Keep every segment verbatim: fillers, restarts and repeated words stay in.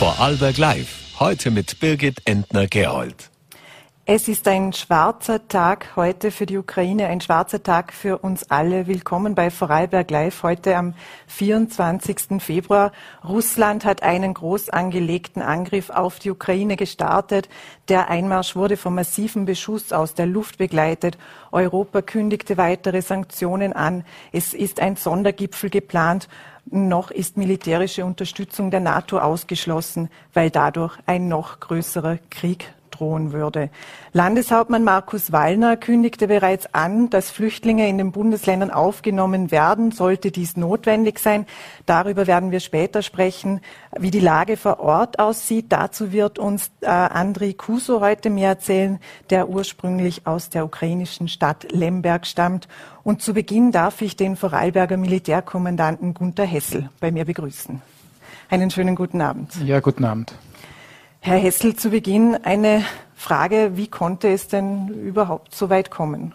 Vorarlberg Live. Heute mit Birgit Entner-Gerold. Es ist ein schwarzer Tag heute für die Ukraine, ein schwarzer Tag für uns alle. Willkommen bei Vorarlberg Live heute am vierundzwanzigsten Februar. Russland hat einen groß angelegten Angriff auf die Ukraine gestartet. Der Einmarsch wurde vom massiven Beschuss aus der Luft begleitet. Europa kündigte weitere Sanktionen an. Es ist ein Sondergipfel geplant. Noch ist militärische Unterstützung der NATO ausgeschlossen, weil dadurch ein noch größerer Krieg drohen würde. Landeshauptmann Markus Wallner kündigte bereits an, dass Flüchtlinge in den Bundesländern aufgenommen werden, sollte dies notwendig sein. Darüber werden wir später sprechen, wie die Lage vor Ort aussieht. Dazu wird uns äh, Andriy Kuso heute mehr erzählen, der ursprünglich aus der ukrainischen Stadt Lemberg stammt. Und zu Beginn darf ich den Vorarlberger Militärkommandanten Gunter Hessel bei mir begrüßen. Einen schönen guten Abend. Ja, guten Abend. Herr Hessel, zu Beginn eine Frage, wie konnte es denn überhaupt so weit kommen?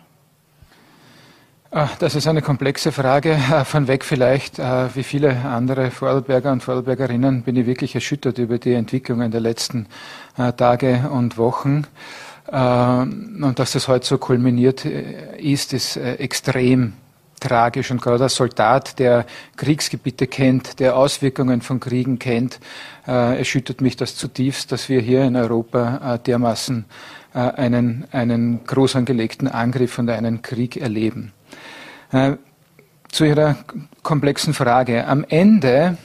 Das ist eine komplexe Frage. Von weg vielleicht, wie viele andere Vorarlberger und Vorarlbergerinnen, bin ich wirklich erschüttert über die Entwicklungen der letzten Tage und Wochen. Und dass das heute so kulminiert ist, ist extrem tragisch. Und gerade als Soldat, der Kriegsgebiete kennt, der Auswirkungen von Kriegen kennt, äh, erschüttert mich das zutiefst, dass wir hier in Europa äh, dermaßen äh, einen, einen groß angelegten Angriff und einen Krieg erleben. Äh, zu Ihrer komplexen Frage. Am Ende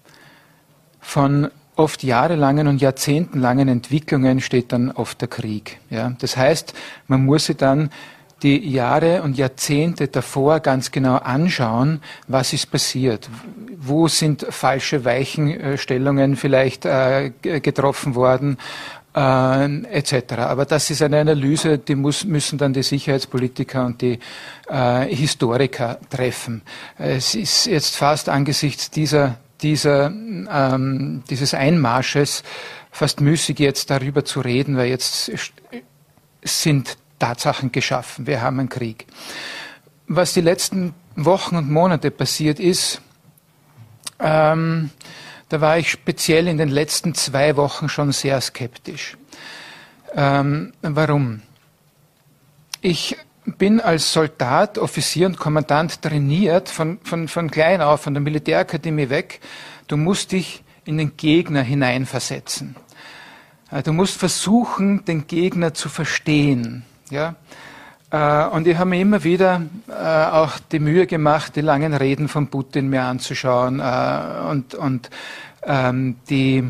von oft jahrelangen und jahrzehntelangen Entwicklungen steht dann oft der Krieg. Ja? Das heißt, man muss sie dann die Jahre und Jahrzehnte davor ganz genau anschauen, was ist passiert. Wo sind falsche Weichenstellungen vielleicht äh, getroffen worden, äh, et cetera. Aber das ist eine Analyse, die muss, müssen dann die Sicherheitspolitiker und die äh, Historiker treffen. Es ist jetzt fast angesichts dieser, dieser, ähm, dieses Einmarsches fast müßig, jetzt darüber zu reden, weil jetzt sind Tatsachen geschaffen. Wir haben einen Krieg. Was die letzten Wochen und Monate passiert ist, ähm, da war ich speziell in den letzten zwei Wochen schon sehr skeptisch. Ähm, warum? Ich bin als Soldat, Offizier und Kommandant trainiert, von, von, von klein auf, von der Militärakademie weg. Du musst dich in den Gegner hineinversetzen. Du musst versuchen, den Gegner zu verstehen. Ja, äh, und ich habe mir immer wieder äh, auch die Mühe gemacht, die langen Reden von Putin mir anzuschauen äh, und, und ähm, die,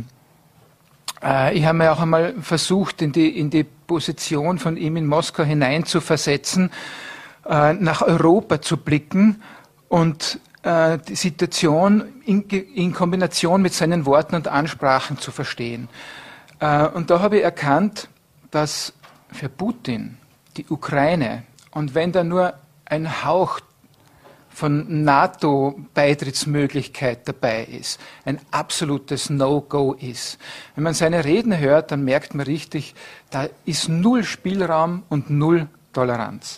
äh, ich habe mir auch einmal versucht, in die, in die Position von ihm in Moskau hineinzuversetzen, äh, nach Europa zu blicken und äh, die Situation in, in Kombination mit seinen Worten und Ansprachen zu verstehen. Äh, und da habe ich erkannt, dass für Putin die Ukraine, und wenn da nur ein Hauch von NATO-Beitrittsmöglichkeit dabei ist, ein absolutes No-Go ist. Wenn man seine Reden hört, dann merkt man richtig, da ist null Spielraum und null Toleranz.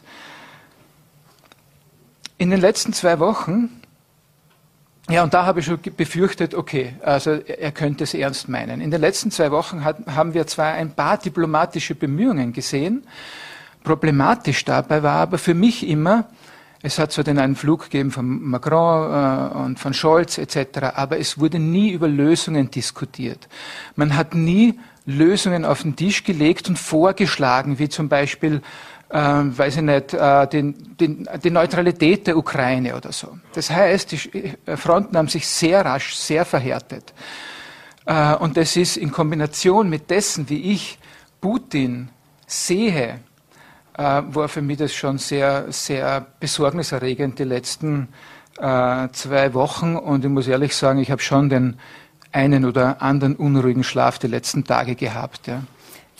In den letzten zwei Wochen, ja, und da habe ich schon befürchtet, okay, also er könnte es ernst meinen. In den letzten zwei Wochen hat, haben wir zwar ein paar diplomatische Bemühungen gesehen. Problematisch dabei war aber für mich immer, es hat zwar den einen Flug gegeben von Macron äh, und von Scholz et cetera, aber es wurde nie über Lösungen diskutiert. Man hat nie Lösungen auf den Tisch gelegt und vorgeschlagen, wie zum Beispiel, äh, weiß ich nicht, äh, den, den, die Neutralität der Ukraine oder so. Das heißt, die Fronten haben sich sehr rasch, sehr verhärtet. Äh, und das ist in Kombination mit dessen, wie ich Putin sehe, äh, war für mich das schon sehr, sehr besorgniserregend die letzten äh, zwei Wochen. Und ich muss ehrlich sagen, ich habe schon den einen oder anderen unruhigen Schlaf die letzten Tage gehabt. Ja.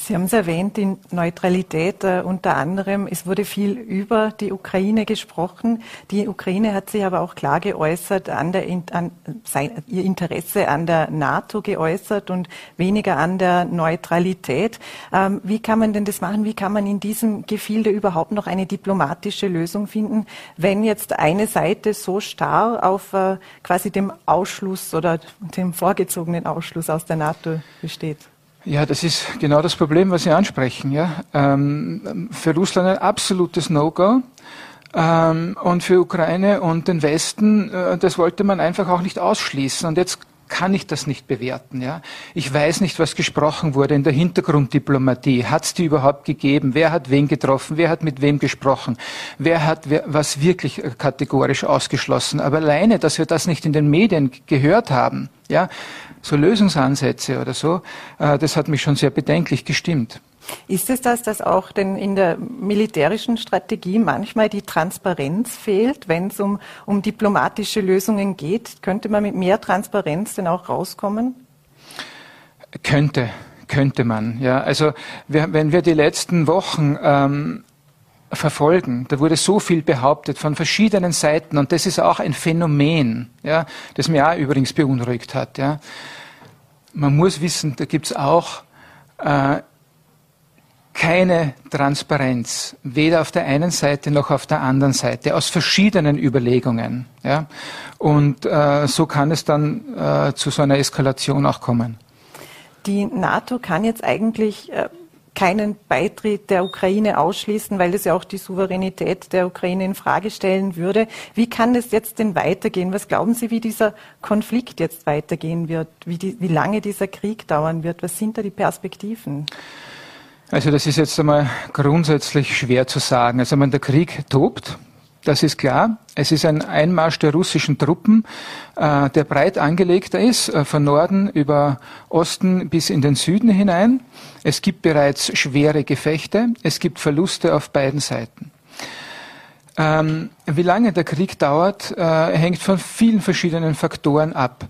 Sie haben es erwähnt, die Neutralität äh, unter anderem. Es wurde viel über die Ukraine gesprochen. Die Ukraine hat sich aber auch klar geäußert, an der, an, sein, ihr Interesse an der NATO geäußert und weniger an der Neutralität. Ähm, wie kann man denn das machen? Wie kann man in diesem Gefilde überhaupt noch eine diplomatische Lösung finden, wenn jetzt eine Seite so starr auf äh, quasi dem Ausschluss oder dem vorgezogenen Ausschluss aus der NATO besteht? Ja, das ist genau das Problem, was Sie ansprechen. Ja, ähm, für Russland ein absolutes No-Go ähm, und für Ukraine und den Westen, äh, das wollte man einfach auch nicht ausschließen. Und jetzt kann ich das nicht bewerten. Ja, ich weiß nicht, was gesprochen wurde in der Hintergrunddiplomatie. Hat es die überhaupt gegeben? Wer hat wen getroffen? Wer hat mit wem gesprochen? Wer hat wer, was wirklich kategorisch ausgeschlossen? Aber alleine, dass wir das nicht in den Medien gehört haben, ja, so Lösungsansätze oder so, äh, das hat mich schon sehr bedenklich gestimmt. Ist es das, dass auch denn in der militärischen Strategie manchmal die Transparenz fehlt, wenn es um, um diplomatische Lösungen geht? Könnte man mit mehr Transparenz denn auch rauskommen? Könnte, könnte man. Ja, also wir, wenn wir die letzten Wochen ähm, verfolgen, da wurde so viel behauptet von verschiedenen Seiten und das ist auch ein Phänomen, ja, das mich auch übrigens beunruhigt hat. Ja. Man muss wissen, da gibt es auch äh, keine Transparenz, weder auf der einen Seite noch auf der anderen Seite, aus verschiedenen Überlegungen. Ja. Und äh, so kann es dann äh, zu so einer Eskalation auch kommen. Die NATO kann jetzt eigentlich äh, keinen Beitritt der Ukraine ausschließen, weil das ja auch die Souveränität der Ukraine in Frage stellen würde. Wie kann das jetzt denn weitergehen? Was glauben Sie, wie dieser Konflikt jetzt weitergehen wird? Wie, die, wie lange dieser Krieg dauern wird? Was sind da die Perspektiven? Also das ist jetzt einmal grundsätzlich schwer zu sagen. Also wenn der Krieg tobt, das ist klar. Es ist ein Einmarsch der russischen Truppen, äh, der breit angelegter ist, äh, von Norden über Osten bis in den Süden hinein. Es gibt bereits schwere Gefechte. Es gibt Verluste auf beiden Seiten. Ähm, wie lange der Krieg dauert, äh, hängt von vielen verschiedenen Faktoren ab.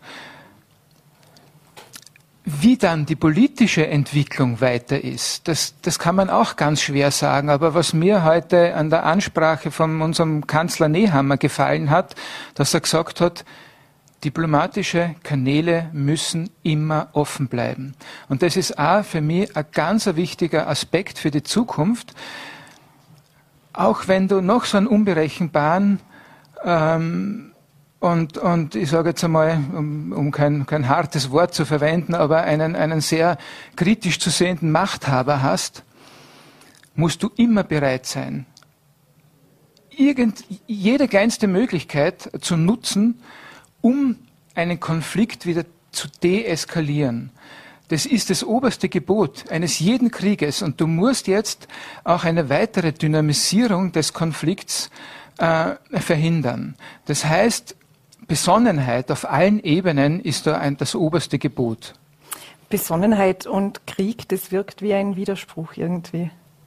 Wie dann die politische Entwicklung weiter ist, das, das kann man auch ganz schwer sagen. Aber was mir heute an der Ansprache von unserem Kanzler Nehammer gefallen hat, dass er gesagt hat, diplomatische Kanäle müssen immer offen bleiben. Und das ist auch für mich ein ganz wichtiger Aspekt für die Zukunft. Auch wenn du noch so einen unberechenbaren ähm, Und, und ich sage jetzt einmal, um, um kein, kein hartes Wort zu verwenden, aber einen, einen sehr kritisch zu sehenden Machthaber hast, musst du immer bereit sein, irgend, jede kleinste Möglichkeit zu nutzen, um einen Konflikt wieder zu deeskalieren. Das ist das oberste Gebot eines jeden Krieges. Und du musst jetzt auch eine weitere Dynamisierung des Konflikts äh, verhindern. Das heißt, Besonnenheit auf allen Ebenen ist da ein, das oberste Gebot. Besonnenheit und Krieg, das wirkt wie ein Widerspruch irgendwie.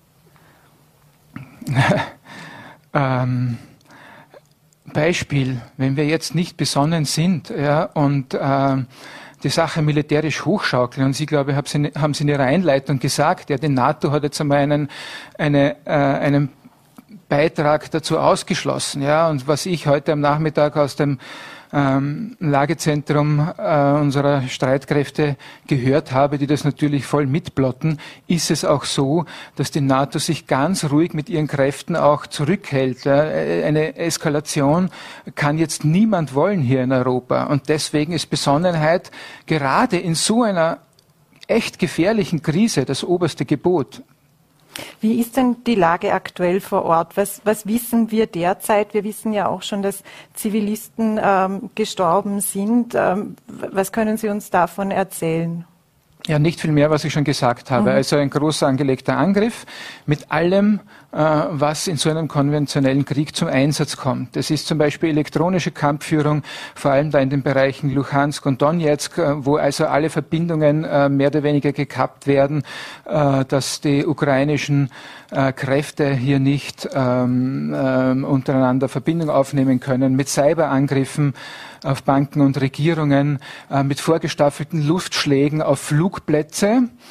ähm, Beispiel, wenn wir jetzt nicht besonnen sind, ja, und äh, die Sache militärisch hochschaukeln, und Sie, glaube ich, haben Sie in Ihrer Einleitung gesagt, ja, die NATO hat jetzt einmal einen, eine, äh, einen Beitrag dazu ausgeschlossen, ja, und was ich heute am Nachmittag aus dem ähm, Lagezentrum äh, unserer Streitkräfte gehört habe, die das natürlich voll mitplotten, ist es auch so, dass die NATO sich ganz ruhig mit ihren Kräften auch zurückhält. Ja. Eine Eskalation kann jetzt niemand wollen hier in Europa, und deswegen ist Besonnenheit gerade in so einer echt gefährlichen Krise das oberste Gebot. Wie ist denn die Lage aktuell vor Ort? Was, was wissen wir derzeit? Wir wissen ja auch schon, dass Zivilisten ähm, gestorben sind. Ähm, was können Sie uns davon erzählen? Ja, nicht viel mehr, was ich schon gesagt habe. Mhm. Also ein groß angelegter Angriff mit allem, äh, was in so einem konventionellen Krieg zum Einsatz kommt. Das ist zum Beispiel elektronische Kampfführung, vor allem da in den Bereichen Luhansk und Donetsk, äh, wo also alle Verbindungen äh, mehr oder weniger gekappt werden, äh, dass die ukrainischen äh, Kräfte hier nicht ähm, äh, untereinander Verbindung aufnehmen können, mit Cyberangriffen auf Banken und Regierungen, äh, mit vorgestaffelten Luftschlägen auf Flugplätze,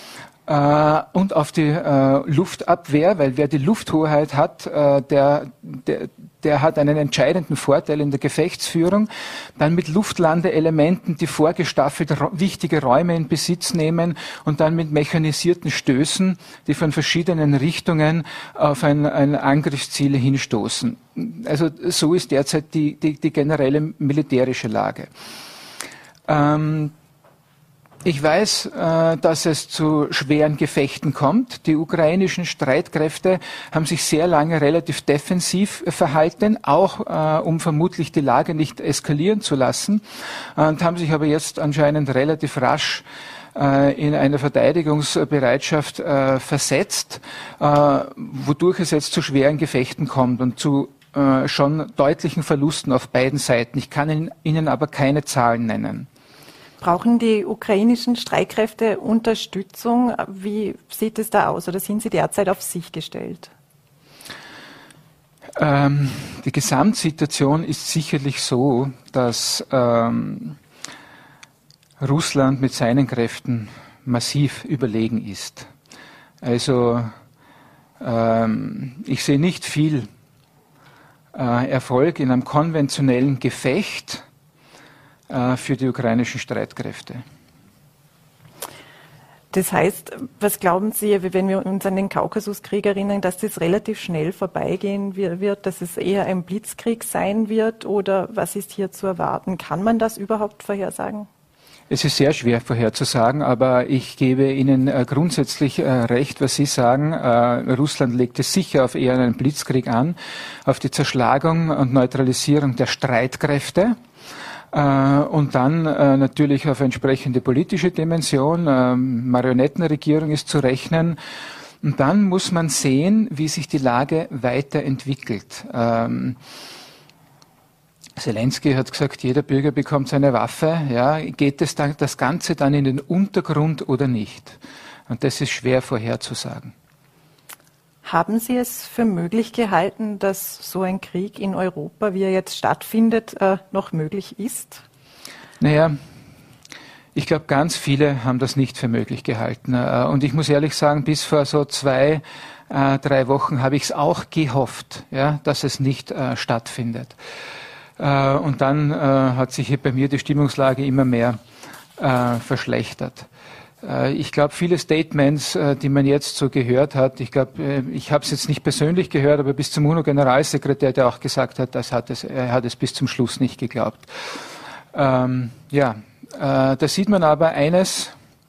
äh, und auf die äh, Luftabwehr, weil wer die Lufthoheit hat, äh, der, der, der hat einen entscheidenden Vorteil in der Gefechtsführung. Dann mit Luftlandeelementen, die vorgestaffelt wichtige Räume in Besitz nehmen und dann mit mechanisierten Stößen, die von verschiedenen Richtungen auf ein, ein Angriffsziel hinstoßen. Also so ist derzeit die, die, die generelle militärische Lage. Ähm, Ich weiß, äh, dass es zu schweren Gefechten kommt. Die ukrainischen Streitkräfte haben sich sehr lange relativ defensiv verhalten, auch äh, um vermutlich die Lage nicht eskalieren zu lassen, und haben sich aber jetzt anscheinend relativ rasch äh, in eine Verteidigungsbereitschaft äh, versetzt, äh, wodurch es jetzt zu schweren Gefechten kommt und zu äh, schon deutlichen Verlusten auf beiden Seiten. Ich kann Ihnen aber keine Zahlen nennen. Brauchen die ukrainischen Streitkräfte Unterstützung? Wie sieht es da aus oder sind sie derzeit auf sich gestellt? Ähm, die Gesamtsituation ist sicherlich so, dass ähm, Russland mit seinen Kräften massiv überlegen ist. Also ähm, ich sehe nicht viel äh, Erfolg in einem konventionellen Gefecht für die ukrainischen Streitkräfte. Das heißt, was glauben Sie, wenn wir uns an den Kaukasuskrieg erinnern, dass das relativ schnell vorbeigehen wird, dass es eher ein Blitzkrieg sein wird, oder was ist hier zu erwarten? Kann man das überhaupt vorhersagen? Es ist sehr schwer vorherzusagen, aber ich gebe Ihnen äh, grundsätzlich äh, recht, was Sie sagen. Äh, Russland legt es sicher auf eher einen Blitzkrieg an, auf die Zerschlagung und Neutralisierung der Streitkräfte. Und dann äh, natürlich auf entsprechende politische Dimension. Ähm, Marionettenregierung ist zu rechnen. Und dann muss man sehen, wie sich die Lage weiterentwickelt. Ähm, Zelensky hat gesagt, jeder Bürger bekommt seine Waffe. Ja, geht es dann, das Ganze dann in den Untergrund oder nicht? Und das ist schwer vorherzusagen. Haben Sie es für möglich gehalten, dass so ein Krieg in Europa, wie er jetzt stattfindet, äh, noch möglich ist? Naja, ich glaube, ganz viele haben das nicht für möglich gehalten. Und ich muss ehrlich sagen, bis vor so zwei, äh, drei Wochen habe ich es auch gehofft, ja, dass es nicht äh, stattfindet. Äh, und dann äh, hat sich hier bei mir die Stimmungslage immer mehr äh, verschlechtert. Ich glaube, viele Statements, die man jetzt so gehört hat, ich glaube, ich habe es jetzt nicht persönlich gehört, aber bis zum UNO-Generalsekretär, der auch gesagt hat, das hat es, er hat es bis zum Schluss nicht geglaubt. Ähm, ja, äh, da sieht man aber eines,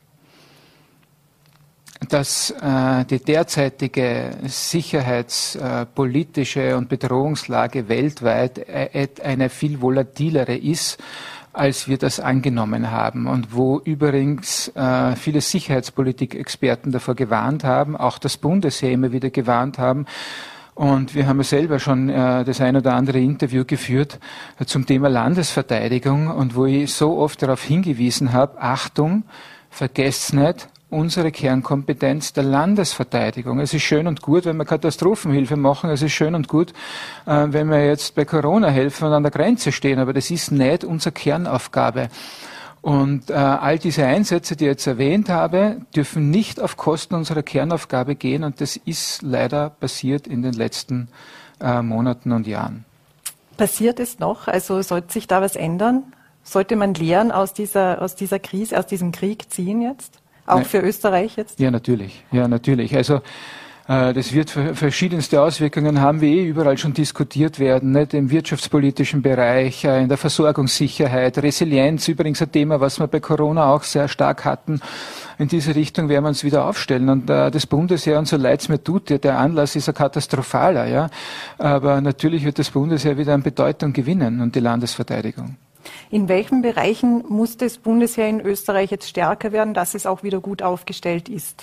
dass äh, die derzeitige sicherheitspolitische und Bedrohungslage weltweit äh, eine viel volatilere ist, als wir das angenommen haben, und wo übrigens äh, viele Sicherheitspolitik-Experten davor gewarnt haben, auch das Bundesheer immer wieder gewarnt haben. Und wir haben ja selber schon äh, das ein oder andere Interview geführt äh, zum Thema Landesverteidigung, und wo ich so oft darauf hingewiesen habe, Achtung, vergesst nicht, unsere Kernkompetenz der Landesverteidigung. Es ist schön und gut, wenn wir Katastrophenhilfe machen. Es ist schön und gut, äh, wenn wir jetzt bei Corona helfen und an der Grenze stehen. Aber das ist nicht unsere Kernaufgabe. Und äh, all diese Einsätze, die ich jetzt erwähnt habe, dürfen nicht auf Kosten unserer Kernaufgabe gehen. Und das ist leider passiert in den letzten äh, Monaten und Jahren. Passiert es noch? Also sollte sich da was ändern? Sollte man Lehren aus dieser, aus dieser Krise, aus diesem Krieg ziehen jetzt? Auch für Österreich jetzt? Ja, natürlich. Ja, natürlich. Also äh, das wird verschiedenste Auswirkungen haben, wie eh überall schon diskutiert werden, nicht? Im wirtschaftspolitischen Bereich, äh, in der Versorgungssicherheit, Resilienz, übrigens ein Thema, was wir bei Corona auch sehr stark hatten. In diese Richtung werden wir uns wieder aufstellen. Und äh, das Bundesheer, und so leid es mir tut, ja, der Anlass ist ein katastrophaler. Ja? Aber natürlich wird das Bundesheer wieder an Bedeutung gewinnen und die Landesverteidigung. In welchen Bereichen muss das Bundesheer in Österreich jetzt stärker werden, dass es auch wieder gut aufgestellt ist?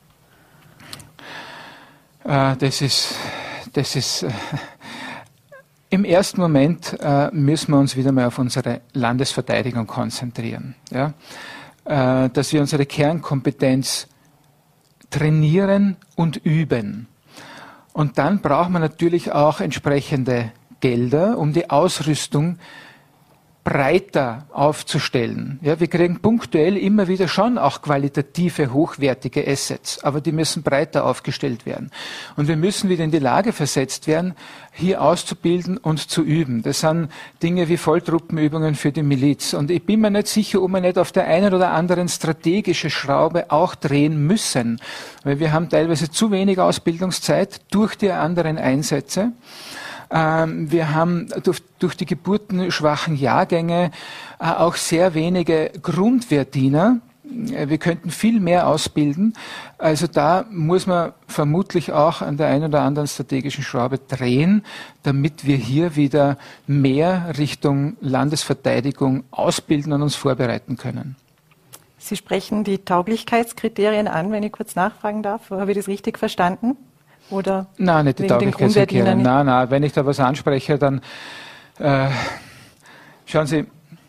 Äh, das ist, das ist äh, im ersten Moment äh, müssen wir uns wieder mal auf unsere Landesverteidigung konzentrieren. Ja? Äh, dass wir unsere Kernkompetenz trainieren und üben. Und dann braucht man natürlich auch entsprechende Gelder, um die Ausrüstung breiter aufzustellen. Ja, wir kriegen punktuell immer wieder schon auch qualitative, hochwertige Assets, aber die müssen breiter aufgestellt werden. Und wir müssen wieder in die Lage versetzt werden, hier auszubilden und zu üben. Das sind Dinge wie Volltruppenübungen für die Miliz. Und ich bin mir nicht sicher, ob wir nicht auf der einen oder anderen strategische Schraube auch drehen müssen, weil wir haben teilweise zu wenig Ausbildungszeit durch die anderen Einsätze. Ähm, wir haben durch, durch die geburtenschwachen Jahrgänge äh, auch sehr wenige Grundwehrdiener. Wir könnten viel mehr ausbilden. Also da muss man vermutlich auch an der einen oder anderen strategischen Schraube drehen, damit wir hier wieder mehr Richtung Landesverteidigung ausbilden und uns vorbereiten können. Sie sprechen die Tauglichkeitskriterien an, wenn ich kurz nachfragen darf. Habe ich das richtig verstanden? Oder nein, nicht die Tauglichkeitskriterien. Nein, nein, wenn ich da was anspreche, dann äh, schauen Sie,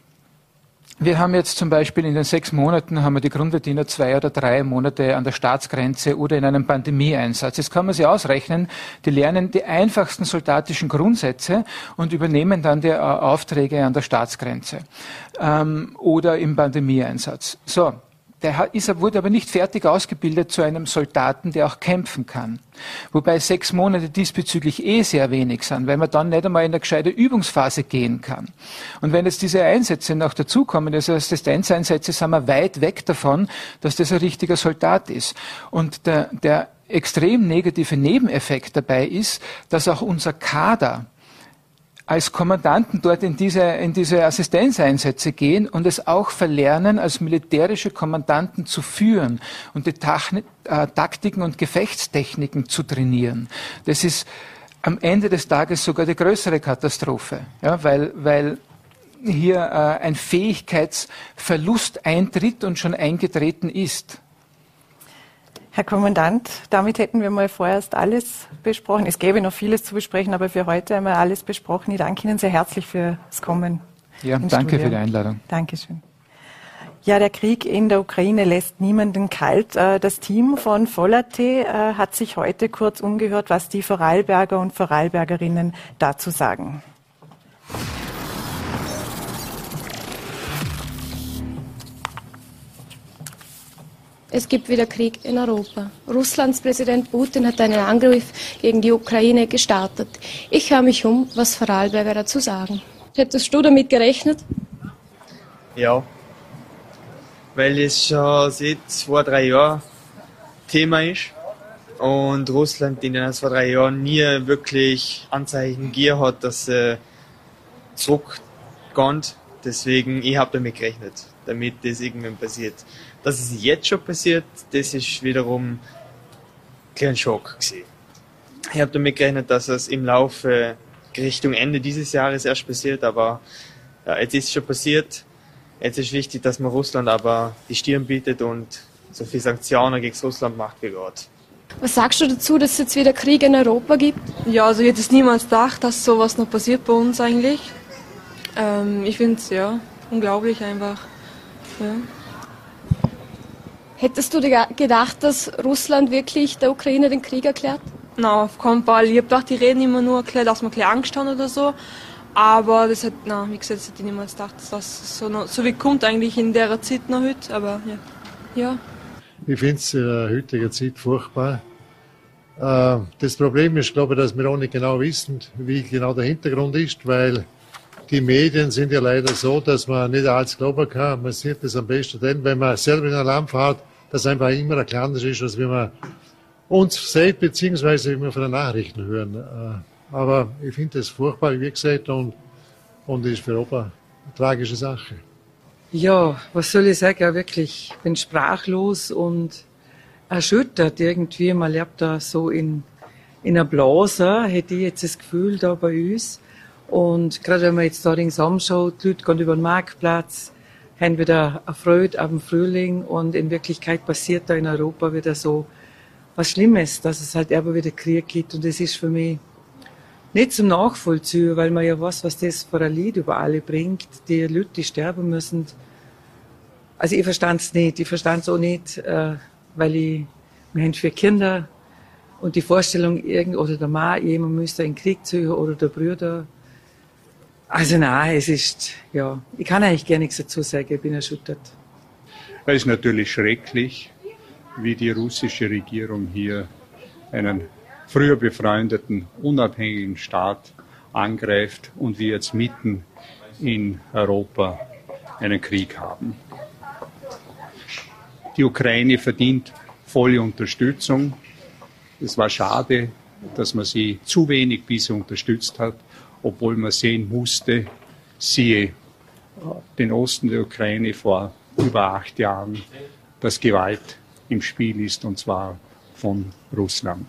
wir haben jetzt zum Beispiel in den sechs Monaten haben wir die Grundverdiener zwei oder drei Monate an der Staatsgrenze oder in einem Pandemieeinsatz. Jetzt kann man sich ausrechnen, die lernen die einfachsten soldatischen Grundsätze und übernehmen dann die Aufträge an der Staatsgrenze ähm, oder im Pandemieeinsatz. So. Der ist, wurde aber nicht fertig ausgebildet zu einem Soldaten, der auch kämpfen kann. Wobei sechs Monate diesbezüglich eh sehr wenig sind, weil man dann nicht einmal in eine gescheite Übungsphase gehen kann. Und wenn jetzt diese Einsätze noch dazukommen, also Assistenzeinsätze, sind wir weit weg davon, dass das ein richtiger Soldat ist. Und der, der extrem negative Nebeneffekt dabei ist, dass auch unser Kader als Kommandanten dort in diese, in diese Assistenzeinsätze gehen und es auch verlernen, als militärische Kommandanten zu führen und die Tachni- äh, Taktiken und Gefechtstechniken zu trainieren. Das ist am Ende des Tages sogar die größere Katastrophe, ja, weil, weil hier äh, ein Fähigkeitsverlust eintritt und schon eingetreten ist. Herr Kommandant, damit hätten wir mal vorerst alles besprochen. Es gäbe noch vieles zu besprechen, aber für heute haben wir alles besprochen. Ich danke Ihnen sehr herzlich fürs Kommen. Ja, danke Studio. Für die Einladung. Dankeschön. Ja, der Krieg in der Ukraine lässt niemanden kalt. Das Team von Vollerte hat sich heute kurz umgehört, was die Vorarlberger und Vorarlbergerinnen dazu sagen. Es gibt wieder Krieg in Europa. Russlands Präsident Putin hat einen Angriff gegen die Ukraine gestartet. Ich höre mich um, was Vorarlberger dazu sagen. Hättest du damit gerechnet? Ja, weil es schon seit zwei, drei Jahren Thema ist und Russland in den zwei, drei Jahren nie wirklich Anzeichen gegeben hat, dass sie zurückgeht. Deswegen, ich habe damit gerechnet, damit das irgendwann passiert. Dass es jetzt schon passiert, das ist wiederum ein kleiner Schock gewesen. Ich habe damit gerechnet, dass es im Laufe Richtung Ende dieses Jahres erst passiert, aber ja, jetzt ist es schon passiert. Jetzt ist wichtig, dass man Russland aber die Stirn bietet und so viele Sanktionen gegen Russland macht wie gerade. Was sagst du dazu, dass es jetzt wieder Krieg in Europa gibt? Ja, also ich hätte es niemals gedacht, dass sowas noch passiert bei uns eigentlich. Ähm, ich finde es ja unglaublich einfach. Ja. Hättest du dir gedacht, dass Russland wirklich der Ukraine den Krieg erklärt? Nein, auf keinen Fall. Ich habe gedacht, die reden immer nur, dass wir ein Angst haben oder so. Aber das hat, nein, wie gesagt, das hätte ich niemals gedacht, dass das so, noch, so wie kommt eigentlich in der Zeit noch heute. Aber ja. ja. Ich finde es in der heutigen Zeit furchtbar. Äh, das Problem ist, glaube ich, dass wir auch nicht genau wissen, wie genau der Hintergrund ist, weil die Medien sind ja leider so, dass man nicht alles glauben kann. Man sieht das am besten dann, wenn man selber in ein Land fährt, dass einfach immer ein anders ist, als wenn man uns sieht, beziehungsweise wie wir von den Nachrichten hören. Aber ich finde das furchtbar, wie gesagt, und, und ist für Europa eine tragische Sache. Ja, was soll ich sagen, wirklich, ich bin sprachlos und erschüttert irgendwie. Man lebt da so in, in einer Blase, hätte ich jetzt das Gefühl, da bei uns. Und gerade wenn man jetzt da ringsum schaut, die Leute gehen über den Marktplatz, haben wieder eine Freude auf den Frühling und in Wirklichkeit passiert da in Europa wieder so was Schlimmes, dass es halt immer wieder Krieg gibt und das ist für mich nicht zum Nachvollziehen, weil man ja weiß, was das für ein Lied über alle bringt, die Leute, die sterben müssen. Also ich verstand es nicht, ich verstand es auch nicht, äh, weil ich, wir haben vier Kinder und die Vorstellung, irgend oder der Mann, jemand müsste in den Krieg ziehen oder der Bruder. Also nein, es ist, ja, ich kann eigentlich gar nichts dazu sagen, ich bin erschüttert. Es ist natürlich schrecklich, wie die russische Regierung hier einen früher befreundeten, unabhängigen Staat angreift und wir jetzt mitten in Europa einen Krieg haben. Die Ukraine verdient volle Unterstützung. Es war schade, dass man sie zu wenig bisher unterstützt hat, obwohl man sehen musste, siehe den Osten der Ukraine vor über acht Jahren, dass Gewalt im Spiel ist, und zwar von Russland.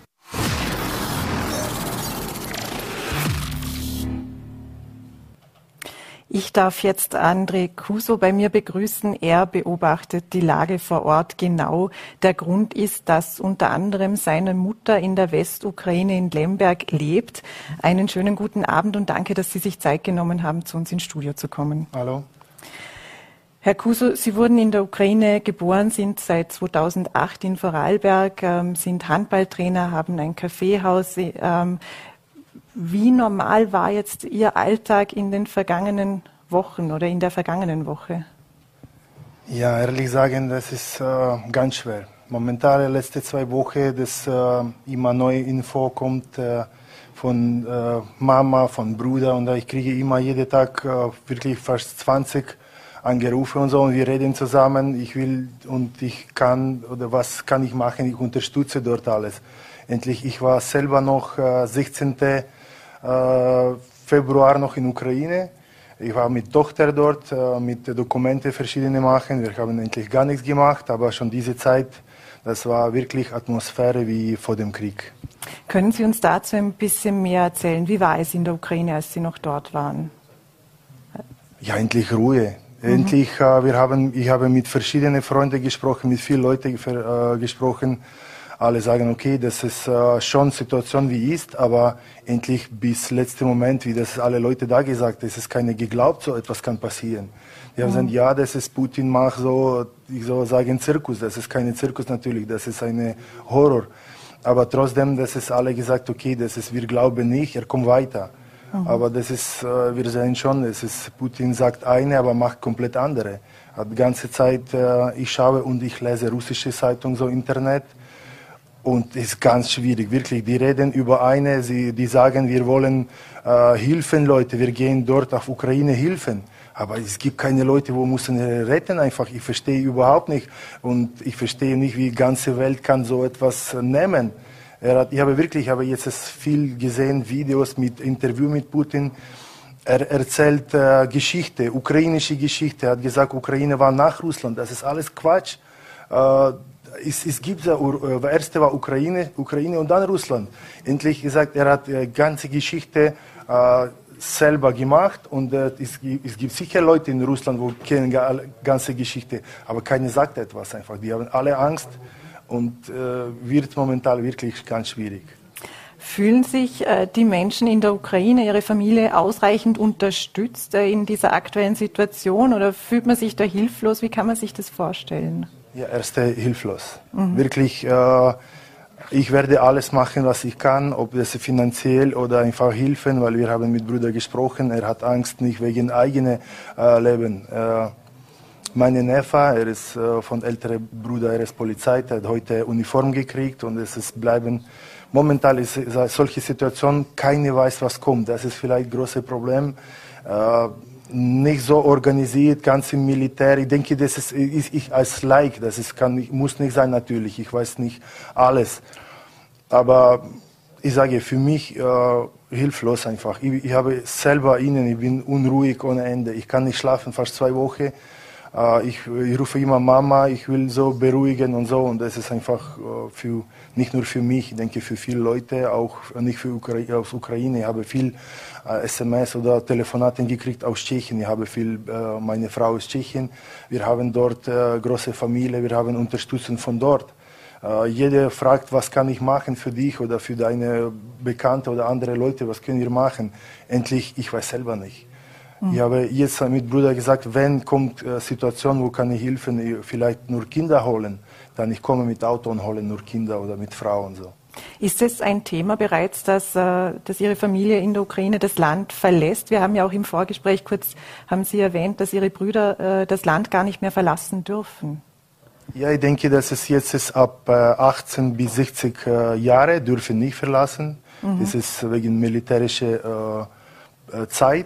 Ich darf jetzt André Kuso bei mir begrüßen. Er beobachtet die Lage vor Ort genau. Der Grund ist, dass unter anderem seine Mutter in der Westukraine in Lemberg lebt. Einen schönen guten Abend und danke, dass Sie sich Zeit genommen haben, zu uns ins Studio zu kommen. Hallo. Herr Kuso, Sie wurden in der Ukraine geboren, sind seit zweitausendacht in Vorarlberg, ähm, sind Handballtrainer, haben ein Kaffeehaus. Ähm, Wie normal war jetzt Ihr Alltag in den vergangenen Wochen oder in der vergangenen Woche? Ja, ehrlich sagen, das ist äh, ganz schwer. Momentan, die letzten zwei Wochen, dass äh, immer neue Info kommt äh, von äh, Mama, von Bruder, und ich kriege immer jeden Tag äh, wirklich fast zwanzig Angerufe und so, und wir reden zusammen. Ich will und ich kann, oder was kann ich machen? Ich unterstütze dort alles. Endlich, ich war selber noch äh, sechzehnten Februar noch in Ukraine. Ich war mit Tochter dort, äh, mit Dokumente verschiedene machen. Wir haben endlich gar nichts gemacht, aber schon diese Zeit, das war wirklich Atmosphäre wie vor dem Krieg. Können Sie uns dazu ein bisschen mehr erzählen? Wie war es in der Ukraine, als Sie noch dort waren? Ja, endlich Ruhe. Mhm. Endlich, äh, wir haben, ich habe mit verschiedenen Freunden gesprochen, mit vielen Leuten äh, gesprochen. Alle sagen, okay, das ist äh, schon Situation wie ist, aber endlich bis letzten Moment, wie das alle Leute da gesagt haben, es ist keine geglaubt, so etwas kann passieren. Die haben mhm. gesagt, ja, das ist Putin macht so, ich soll sagen, Zirkus. Das ist kein Zirkus natürlich, das ist ein Horror. Aber trotzdem, das ist alle gesagt, okay, das ist, wir glauben nicht, er kommt weiter. Mhm. Aber das ist, äh, wir sehen schon, es ist, Putin sagt eine, aber macht komplett andere. Die ganze Zeit, äh, ich schaue und ich lese russische Zeitungen, so Internet. Und es ist ganz schwierig, wirklich. Die reden über eine, sie, die sagen, wir wollen äh, helfen, Leute, wir gehen dort auf Ukraine helfen. Aber es gibt keine Leute, wo müssen retten einfach. Ich verstehe überhaupt nicht. Und ich verstehe nicht, wie die ganze Welt kann so etwas nehmen. Er hat, ich habe wirklich, ich habe jetzt viel gesehen, Videos mit Interview mit Putin. Er erzählt äh, Geschichte, ukrainische Geschichte. Er hat gesagt, Ukraine war nach Russland. Das ist alles Quatsch. Äh, Es, es gibt ja, äh, erste war Ukraine, Ukraine und dann Russland. Endlich gesagt, er hat die äh, ganze Geschichte äh, selber gemacht, und äh, es, es gibt sicher Leute in Russland, wo kennen die ganze Geschichte, aber keiner sagt etwas einfach. Die haben alle Angst und äh, wird momentan wirklich ganz schwierig. Fühlen sich äh, die Menschen in der Ukraine, ihre Familie ausreichend unterstützt äh, in dieser aktuellen Situation, oder fühlt man sich da hilflos? Wie kann man sich das vorstellen? Ja, erste hilflos. Mhm. Wirklich, äh, ich werde alles machen, was ich kann, ob das finanziell oder einfach helfen, weil wir haben mit Bruder gesprochen. Er hat Angst nicht wegen eigenem äh, Leben. Äh, mein Neffe, er ist äh, von älteren Bruder, er ist Polizei, er hat heute Uniform gekriegt, und es ist bleiben. Momentan ist solche Situation, keiner weiß, was kommt. Das ist vielleicht ein großes Problem. Äh, nicht so organisiert, ganz im Militär. Ich denke, das ist, ich, ich als Laik, das ist, kann, muss nicht sein natürlich, ich weiß nicht alles. Aber ich sage, für mich äh, hilflos einfach. Ich, ich habe selber innen, ich bin unruhig ohne Ende. Ich kann nicht schlafen, fast zwei Wochen. Äh, ich, ich rufe immer Mama, ich will so beruhigen und so. Und das ist einfach äh, für, nicht nur für mich, ich denke für viele Leute, auch nicht für Ukra- aus Ukraine. Ich habe viel äh, S M S oder Telefonaten gekriegt aus Tschechien. Ich habe viel, äh, meine Frau ist Tschechien. Wir haben dort äh, große Familie, wir haben Unterstützung von dort. Uh, jeder fragt, was kann ich machen für dich oder für deine Bekannte oder andere Leute, was können wir machen? Endlich, ich weiß selber nicht. Mhm. Ich habe jetzt mit Bruder gesagt, wenn kommt eine Situation, wo kann ich helfen, vielleicht nur Kinder holen, dann ich komme mit Auto und hole nur Kinder oder mit Frauen und so. Ist es ein Thema bereits, dass, dass Ihre Familie in der Ukraine das Land verlässt? Wir haben ja auch im Vorgespräch kurz, haben Sie erwähnt, dass Ihre Brüder das Land gar nicht mehr verlassen dürfen. Ja, ich denke, dass es jetzt ist ab achtzehn bis sechzig Jahre dürfen nicht verlassen. Mhm. Das ist wegen militärischer äh, Zeit.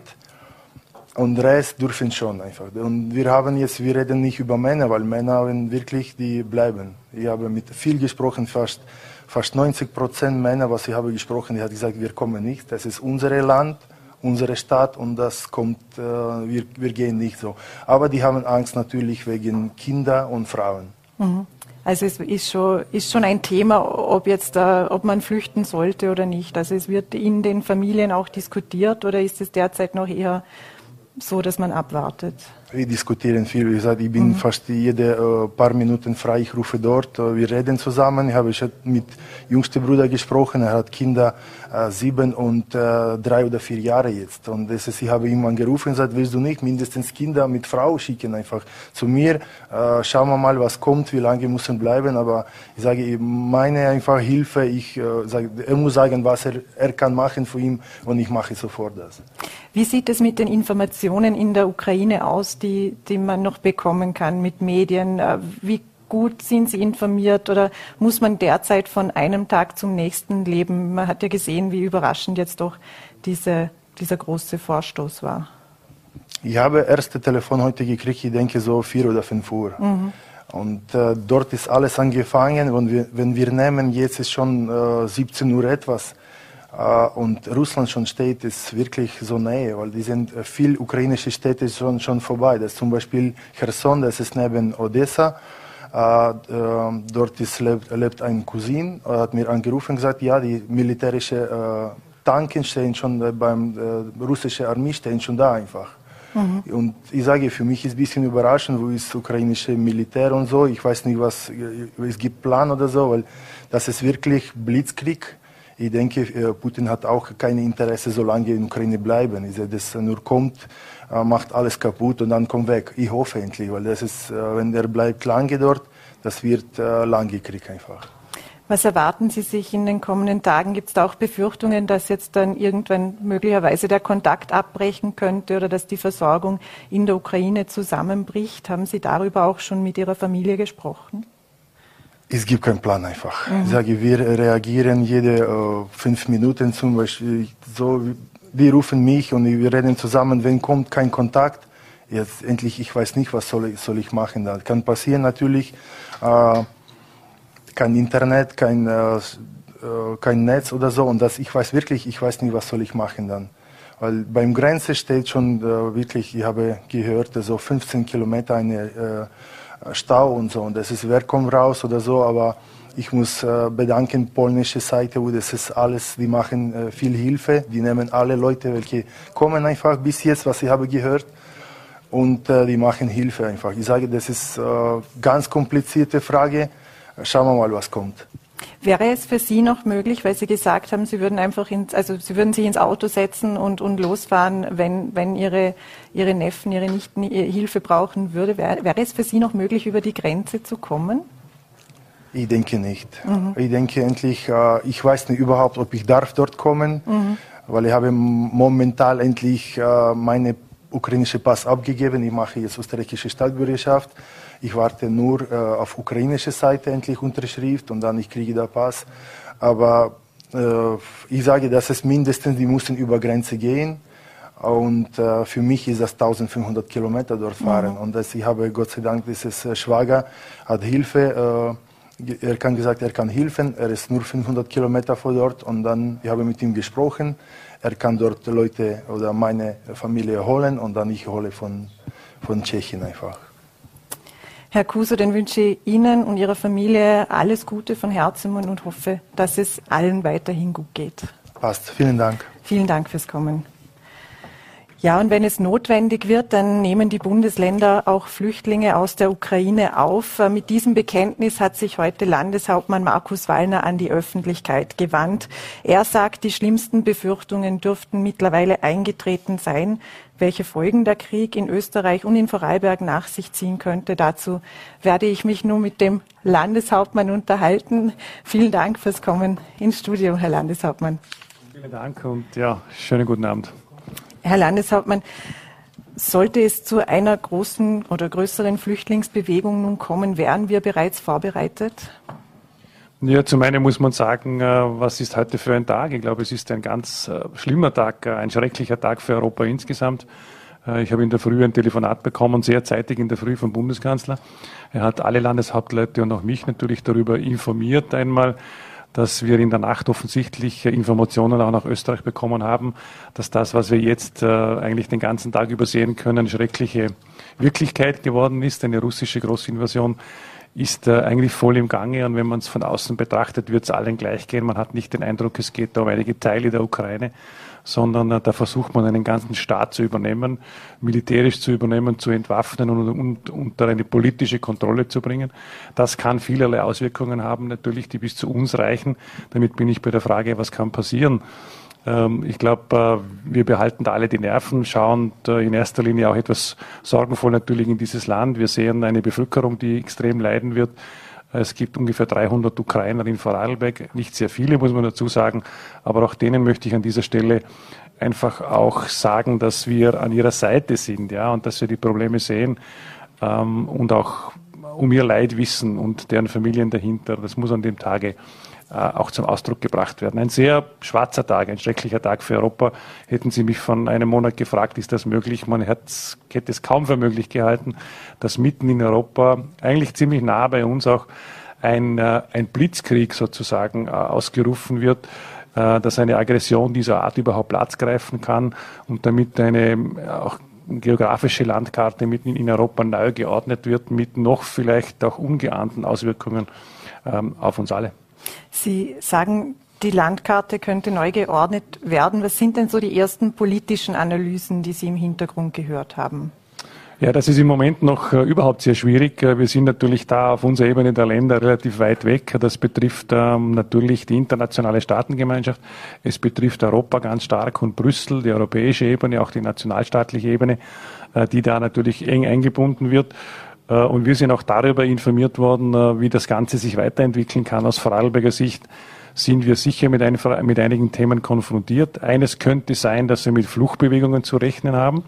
Und Rest dürfen schon einfach. Und wir haben jetzt, wir reden nicht über Männer, weil Männer haben wirklich, die bleiben. Ich habe mit viel gesprochen, fast, fast neunzig Prozent Männer, was ich habe gesprochen, die hat gesagt, wir kommen nicht. Das ist unser Land, unsere Stadt und das kommt, äh, wir, wir gehen nicht so. Aber die haben Angst natürlich wegen Kinder und Frauen. Mhm. Also es ist schon, ist schon ein Thema, ob jetzt, äh, ob man flüchten sollte oder nicht. Also es wird in den Familien auch diskutiert oder ist es derzeit noch eher so, dass man abwartet? Wir diskutieren viel. Wie gesagt, ich bin mhm. fast jede äh, paar Minuten frei. Ich rufe dort. Äh, wir reden zusammen. Ich habe schon mit jüngsten Bruder gesprochen. Er hat Kinder äh, sieben und äh, drei oder vier Jahre jetzt. Und das ist, ich habe ihm angerufen und gesagt, willst du nicht mindestens Kinder mit Frau schicken einfach zu mir? Äh, schauen wir mal, was kommt, wie lange müssen bleiben. Aber ich sage, meine einfach Hilfe. Ich äh, sage, er muss sagen, was er, er kann machen für ihn und ich mache sofort das. Wie sieht es mit den Informationen in der Ukraine aus, die, die man noch bekommen kann mit Medien? Wie gut sind Sie informiert oder muss man derzeit von einem Tag zum nächsten leben? Man hat ja gesehen, wie überraschend jetzt doch diese, dieser große Vorstoß war. Ich habe das erste Telefon heute gekriegt, ich denke so vier oder fünf Uhr. Mhm. Und äh, dort ist alles angefangen und wir, wenn wir nehmen, jetzt ist schon äh, siebzehn Uhr etwas. Und Russland schon steht, ist wirklich so nahe, weil die sind viel ukrainische Städte schon, schon vorbei. Das ist zum Beispiel Cherson, das ist neben Odessa. Äh, äh, dort ist, lebt, lebt ein Cousin, er hat mir angerufen und gesagt, ja, die militärischen äh, Tanken stehen schon äh, beim äh, russischen Armee stehen schon da einfach. Mhm. Und ich sage, für mich ist ein bisschen überraschend, wo ist das ukrainische Militär und so. Ich weiß nicht, was es gibt Plan oder so, weil das ist wirklich Blitzkrieg. Ich denke, Putin hat auch kein Interesse, solange in der Ukraine bleiben. Das nur kommt, macht alles kaputt und dann kommt weg. Ich hoffe endlich, weil das ist, wenn er bleibt lange dort, das wird lange Krieg einfach. Was erwarten Sie sich in den kommenden Tagen? Gibt es da auch Befürchtungen, dass jetzt dann irgendwann möglicherweise der Kontakt abbrechen könnte oder dass die Versorgung in der Ukraine zusammenbricht? Haben Sie darüber auch schon mit Ihrer Familie gesprochen? Es gibt keinen Plan einfach. Mhm. Ich sage, wir reagieren jede äh, fünf Minuten zum Beispiel. So, die rufen mich und wir reden zusammen, wenn kommt kein Kontakt. Jetzt endlich, ich weiß nicht, was soll ich, soll ich machen. Das kann passieren natürlich. Äh, kein Internet, kein, äh, kein Netz oder so. Und das, ich weiß wirklich, ich weiß nicht, was soll ich machen dann. Weil beim Grenze steht schon äh, wirklich, ich habe gehört, so fünfzehn Kilometer eine äh, Stau und so, und das ist, wer kommt raus oder so, aber ich muss äh, bedanken, polnische Seite, wo das ist alles, die machen äh, viel Hilfe, die nehmen alle Leute, welche kommen einfach bis jetzt, was ich habe gehört, und äh, die machen Hilfe einfach. Ich sage, das ist eine äh, ganz komplizierte Frage, schauen wir mal, was kommt. Wäre es für Sie noch möglich, weil Sie gesagt haben, Sie würden einfach ins, also Sie würden sich ins Auto setzen und, und losfahren, wenn, wenn Ihre, Ihre Neffen, Ihre Nichten Hilfe brauchen würde, wäre, wäre es für Sie noch möglich, über die Grenze zu kommen? Ich denke nicht. Mhm. Ich denke endlich, äh, ich weiß nicht überhaupt, ob ich darf dort kommen, mhm. weil ich habe momentan endlich äh, meine ukrainische Pass abgegeben. Ich mache jetzt österreichische Staatsbürgerschaft. Ich warte nur äh, auf ukrainische Seite endlich Unterschrift und dann ich kriege den Pass. Aber äh, ich sage, dass es mindestens, die müssen über Grenze gehen. Und äh, für mich ist das eintausendfünfhundert Kilometer dort fahren. Mhm. Und das, ich habe Gott sei Dank, dieses äh, Schwager hat Hilfe. Äh, er kann gesagt, er kann helfen. Er ist nur fünfhundert Kilometer von dort. Und dann, ich habe mit ihm gesprochen. Er kann dort Leute oder meine Familie holen und dann ich hole von, von Tschechien einfach. Herr Kuso, dann wünsche ich Ihnen und Ihrer Familie alles Gute von Herzen und hoffe, dass es allen weiterhin gut geht. Passt. Vielen Dank. Vielen Dank fürs Kommen. Ja, und wenn es notwendig wird, dann nehmen die Bundesländer auch Flüchtlinge aus der Ukraine auf. Mit diesem Bekenntnis hat sich heute Landeshauptmann Markus Wallner an die Öffentlichkeit gewandt. Er sagt, die schlimmsten Befürchtungen dürften mittlerweile eingetreten sein. Welche Folgen der Krieg in Österreich und in Vorarlberg nach sich ziehen könnte, dazu werde ich mich nun mit dem Landeshauptmann unterhalten. Vielen Dank fürs Kommen ins Studio, Herr Landeshauptmann. Vielen Dank und ja, schönen guten Abend. Herr Landeshauptmann, sollte es zu einer großen oder größeren Flüchtlingsbewegung nun kommen, wären wir bereits vorbereitet? Ja, zum einen muss man sagen, was ist heute für ein Tag? Ich glaube, es ist ein ganz schlimmer Tag, ein schrecklicher Tag für Europa insgesamt. Ich habe in der Früh ein Telefonat bekommen, sehr zeitig in der Früh vom Bundeskanzler. Er hat alle Landeshauptleute und auch mich natürlich darüber informiert einmal, dass wir in der Nacht offensichtlich Informationen auch nach Österreich bekommen haben, dass das, was wir jetzt äh, eigentlich den ganzen Tag übersehen können, schreckliche Wirklichkeit geworden ist. Eine russische Großinvasion ist äh, eigentlich voll im Gange und wenn man es von außen betrachtet, wird es allen gleich gehen. Man hat nicht den Eindruck, es geht da um einige Teile der Ukraine, sondern äh, da versucht man einen ganzen Staat zu übernehmen, militärisch zu übernehmen, zu entwaffnen und, und unter eine politische Kontrolle zu bringen. Das kann vielerlei Auswirkungen haben, natürlich, die bis zu uns reichen. Damit bin ich bei der Frage, was kann passieren? Ähm, ich glaube, äh, wir behalten da alle die Nerven, schauen äh, in erster Linie auch etwas sorgenvoll natürlich in dieses Land. Wir sehen eine Bevölkerung, die extrem leiden wird. Es gibt ungefähr dreihundert Ukrainer in Vorarlberg, nicht sehr viele, muss man dazu sagen, aber auch denen möchte ich an dieser Stelle einfach auch sagen, dass wir an ihrer Seite sind, ja, und dass wir die Probleme sehen ähm, und auch um ihr Leid wissen und deren Familien dahinter. Das muss an dem Tage äh, auch zum Ausdruck gebracht werden. Ein sehr schwarzer Tag, ein schrecklicher Tag für Europa. Hätten Sie mich vor einem Monat gefragt, ist das möglich? Man hätte es kaum für möglich gehalten, dass mitten in Europa, eigentlich ziemlich nah bei uns auch, ein, äh, ein Blitzkrieg sozusagen äh, ausgerufen wird, äh, dass eine Aggression dieser Art überhaupt Platz greifen kann und damit eine äh, auch geografische Landkarte mitten in Europa neu geordnet wird, mit noch vielleicht auch ungeahnten Auswirkungen ähm, auf uns alle. Sie sagen, die Landkarte könnte neu geordnet werden. Was sind denn so die ersten politischen Analysen, die Sie im Hintergrund gehört haben? Ja, das ist im Moment noch äh, überhaupt sehr schwierig. Wir sind natürlich da auf unserer Ebene der Länder relativ weit weg. Das betrifft ähm, natürlich die internationale Staatengemeinschaft. Es betrifft Europa ganz stark und Brüssel, die europäische Ebene, auch die nationalstaatliche Ebene, äh, die da natürlich eng eingebunden wird. Äh, und wir sind auch darüber informiert worden, äh, wie das Ganze sich weiterentwickeln kann. Aus Vorarlberger Sicht sind wir sicher mit, ein, mit einigen Themen konfrontiert. Eines könnte sein, dass wir mit Fluchtbewegungen zu rechnen haben.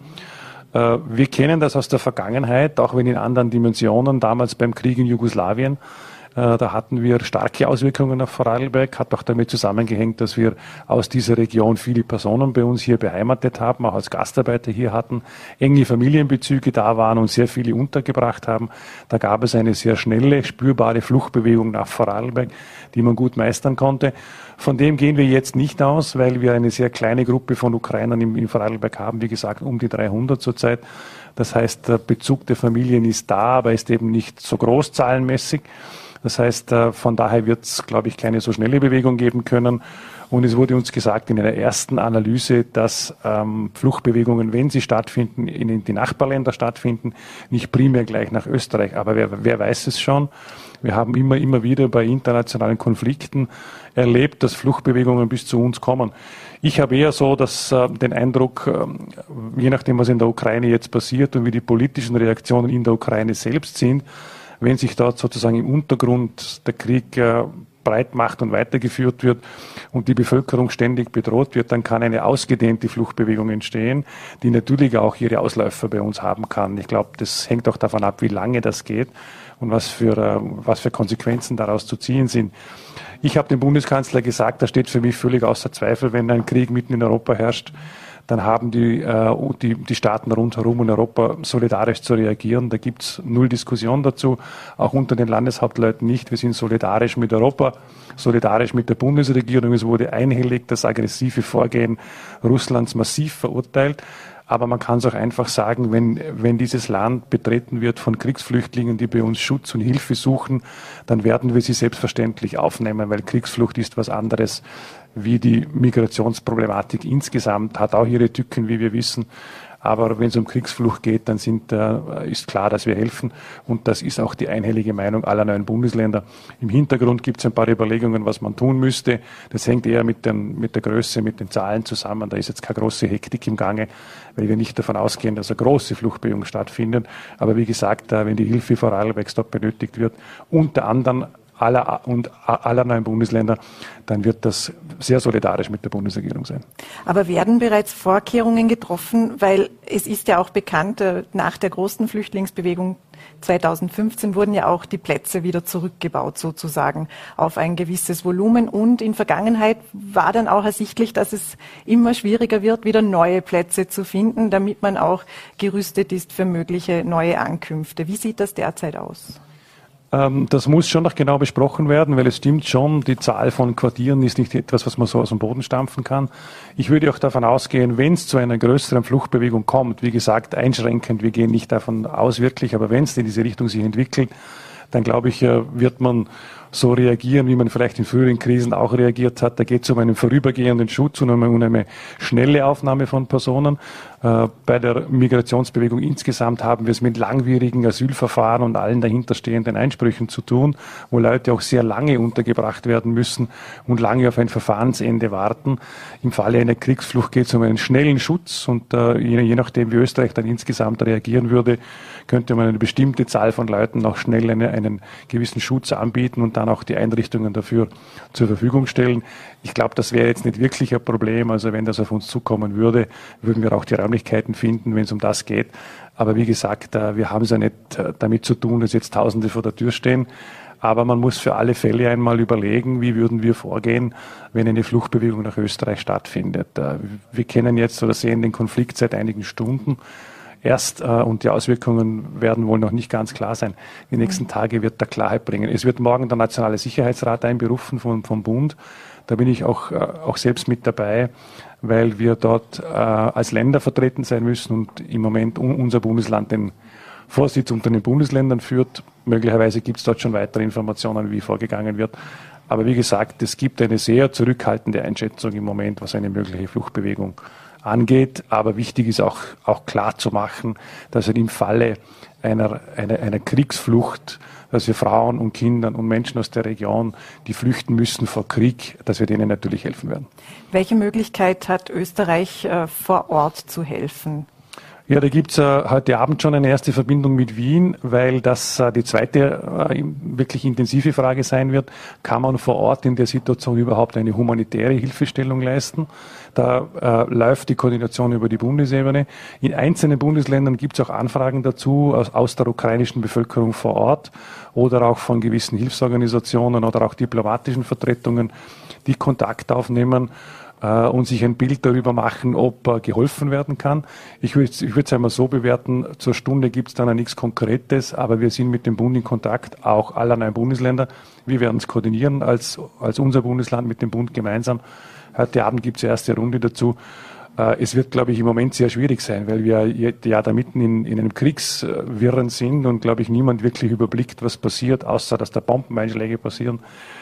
Wir kennen das aus der Vergangenheit, auch wenn in anderen Dimensionen, damals beim Krieg in Jugoslawien. Da hatten wir starke Auswirkungen auf Vorarlberg, hat auch damit zusammengehängt, dass wir aus dieser Region viele Personen bei uns hier beheimatet haben, auch als Gastarbeiter hier hatten, enge Familienbezüge da waren und sehr viele untergebracht haben. Da gab es eine sehr schnelle, spürbare Fluchtbewegung nach Vorarlberg, die man gut meistern konnte. Von dem gehen wir jetzt nicht aus, weil wir eine sehr kleine Gruppe von Ukrainern in Vorarlberg haben, wie gesagt, um die dreihundert zurzeit. Das heißt, der Bezug der Familien ist da, aber ist eben nicht so groß zahlenmäßig. Das heißt, von daher wird es, glaube ich, keine so schnelle Bewegung geben können. Und es wurde uns gesagt in einer ersten Analyse, dass ähm, Fluchtbewegungen, wenn sie stattfinden, in die Nachbarländer stattfinden, nicht primär gleich nach Österreich. Aber wer, wer weiß es schon? Wir haben immer, immer wieder bei internationalen Konflikten erlebt, dass Fluchtbewegungen bis zu uns kommen. Ich habe eher so dass, äh, den Eindruck, äh, je nachdem, was in der Ukraine jetzt passiert und wie die politischen Reaktionen in der Ukraine selbst sind, wenn sich dort sozusagen im Untergrund der Krieg äh, breit macht und weitergeführt wird und die Bevölkerung ständig bedroht wird, dann kann eine ausgedehnte Fluchtbewegung entstehen, die natürlich auch ihre Ausläufer bei uns haben kann. Ich glaube, das hängt auch davon ab, wie lange das geht und was für, äh, was für Konsequenzen daraus zu ziehen sind. Ich habe dem Bundeskanzler gesagt, das steht für mich völlig außer Zweifel, wenn ein Krieg mitten in Europa herrscht, dann haben die, äh, die, die Staaten rundherum in Europa solidarisch zu reagieren. Da gibt's null Diskussion dazu, auch unter den Landeshauptleuten nicht. Wir sind solidarisch mit Europa, solidarisch mit der Bundesregierung. Es wurde einhellig das aggressive Vorgehen Russlands massiv verurteilt. Aber man kann es auch einfach sagen, wenn, wenn dieses Land betreten wird von Kriegsflüchtlingen, die bei uns Schutz und Hilfe suchen, dann werden wir sie selbstverständlich aufnehmen, weil Kriegsflucht ist was anderes wie die Migrationsproblematik insgesamt, hat auch ihre Tücken, wie wir wissen. Aber wenn es um Kriegsflucht geht, dann sind, äh, ist klar, dass wir helfen. Und das ist auch die einhellige Meinung aller neuen Bundesländer. Im Hintergrund gibt es ein paar Überlegungen, was man tun müsste. Das hängt eher mit, den, mit der Größe, mit den Zahlen zusammen. Da ist jetzt keine große Hektik im Gange, weil wir nicht davon ausgehen, dass eine große Fluchtbewegung stattfindet. Aber wie gesagt, äh, wenn die Hilfe Vorarlbergs dort benötigt wird, unter anderem aller und aller neuen Bundesländer, dann wird das sehr solidarisch mit der Bundesregierung sein. Aber werden bereits Vorkehrungen getroffen, weil es ist ja auch bekannt, nach der großen Flüchtlingsbewegung zweitausendfünfzehn wurden ja auch die Plätze wieder zurückgebaut sozusagen auf ein gewisses Volumen und in Vergangenheit war dann auch ersichtlich, dass es immer schwieriger wird, wieder neue Plätze zu finden, damit man auch gerüstet ist für mögliche neue Ankünfte. Wie sieht das derzeit aus? Das muss schon noch genau besprochen werden, weil es stimmt schon, die Zahl von Quartieren ist nicht etwas, was man so aus dem Boden stampfen kann. Ich würde auch davon ausgehen, wenn es zu einer größeren Fluchtbewegung kommt, wie gesagt, einschränkend, wir gehen nicht davon aus wirklich, aber wenn es in diese Richtung sich entwickelt, dann glaube ich, wird man so reagieren, wie man vielleicht in früheren Krisen auch reagiert hat. Da geht es um einen vorübergehenden Schutz und um eine schnelle Aufnahme von Personen. Bei der Migrationsbewegung insgesamt haben wir es mit langwierigen Asylverfahren und allen dahinterstehenden Einsprüchen zu tun, wo Leute auch sehr lange untergebracht werden müssen und lange auf ein Verfahrensende warten. Im Falle einer Kriegsflucht geht es um einen schnellen Schutz und je, je nachdem, wie Österreich dann insgesamt reagieren würde, könnte man eine bestimmte Zahl von Leuten auch schnell eine, einen gewissen Schutz anbieten und dann auch die Einrichtungen dafür zur Verfügung stellen. Ich glaube, das wäre jetzt nicht wirklich ein Problem. Also wenn das auf uns zukommen würde, würden wir auch die Räumlichkeiten finden, wenn es um das geht. Aber wie gesagt, wir haben es ja nicht damit zu tun, dass jetzt Tausende vor der Tür stehen. Aber man muss für alle Fälle einmal überlegen, wie würden wir vorgehen, wenn eine Fluchtbewegung nach Österreich stattfindet. Wir kennen jetzt oder sehen den Konflikt seit einigen Stunden erst äh, und die Auswirkungen werden wohl noch nicht ganz klar sein. Die nächsten Tage wird da Klarheit bringen. Es wird morgen der Nationale Sicherheitsrat einberufen vom, vom Bund. Da bin ich auch, äh, auch selbst mit dabei, weil wir dort äh, als Länder vertreten sein müssen und im Moment un- unser Bundesland den Vorsitz unter den Bundesländern führt. Möglicherweise gibt es dort schon weitere Informationen, wie vorgegangen wird. Aber wie gesagt, es gibt eine sehr zurückhaltende Einschätzung im Moment, was eine mögliche Fluchtbewegung angeht. Aber wichtig ist auch, auch klar zu machen, dass im Falle einer, einer, einer Kriegsflucht, dass wir Frauen und Kindern und Menschen aus der Region, die flüchten müssen vor Krieg, dass wir denen natürlich helfen werden. Welche Möglichkeit hat Österreich, äh, vor Ort zu helfen? Ja, da gibt's äh, heute Abend schon eine erste Verbindung mit Wien, weil das äh, die zweite äh, wirklich intensive Frage sein wird. Kann man vor Ort in der Situation überhaupt eine humanitäre Hilfestellung leisten? Da äh, läuft die Koordination über die Bundesebene. In einzelnen Bundesländern gibt es auch Anfragen dazu aus, aus der ukrainischen Bevölkerung vor Ort oder auch von gewissen Hilfsorganisationen oder auch diplomatischen Vertretungen, die Kontakt aufnehmen und sich ein Bild darüber machen, ob äh, geholfen werden kann. Ich würde ich würde es einmal so bewerten, zur Stunde gibt es dann nichts Konkretes, aber wir sind mit dem Bund in Kontakt, auch aller neuen Bundesländer. Wir werden es koordinieren als, als unser Bundesland mit dem Bund gemeinsam. Heute Abend gibt es die erste Runde dazu. Äh, es wird, glaube ich, im Moment sehr schwierig sein, weil wir ja da mitten in, in einem Kriegswirren sind und, glaube ich, niemand wirklich überblickt, was passiert, außer dass da Bombeneinschläge passieren.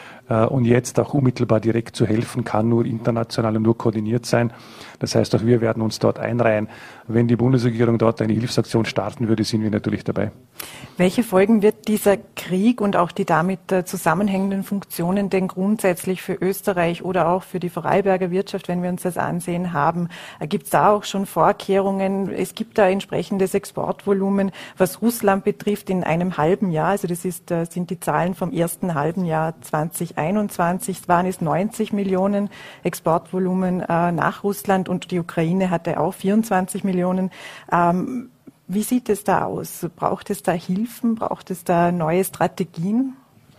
Und jetzt auch unmittelbar direkt zu helfen, kann nur international und nur koordiniert sein. Das heißt, auch wir werden uns dort einreihen. Wenn die Bundesregierung dort eine Hilfsaktion starten würde, sind wir natürlich dabei. Welche Folgen wird dieser Krieg und auch die damit zusammenhängenden Funktionen denn grundsätzlich für Österreich oder auch für die Vorarlberger Wirtschaft, wenn wir uns das ansehen, haben? Gibt es da auch schon Vorkehrungen? Es gibt da entsprechendes Exportvolumen, was Russland betrifft, in einem halben Jahr. Also das ist, sind die Zahlen vom ersten halben Jahr zweitausendeinundzwanzig. Waren es neunzig Millionen Exportvolumen äh, nach Russland und die Ukraine hatte auch vierundzwanzig Millionen. Ähm, Wie sieht es da aus? Braucht es da Hilfen? Braucht es da neue Strategien?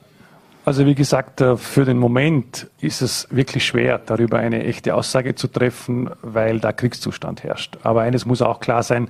Also wie gesagt, für den Moment ist es wirklich schwer, darüber eine echte Aussage zu treffen, weil da Kriegszustand herrscht. Aber eines muss auch klar sein,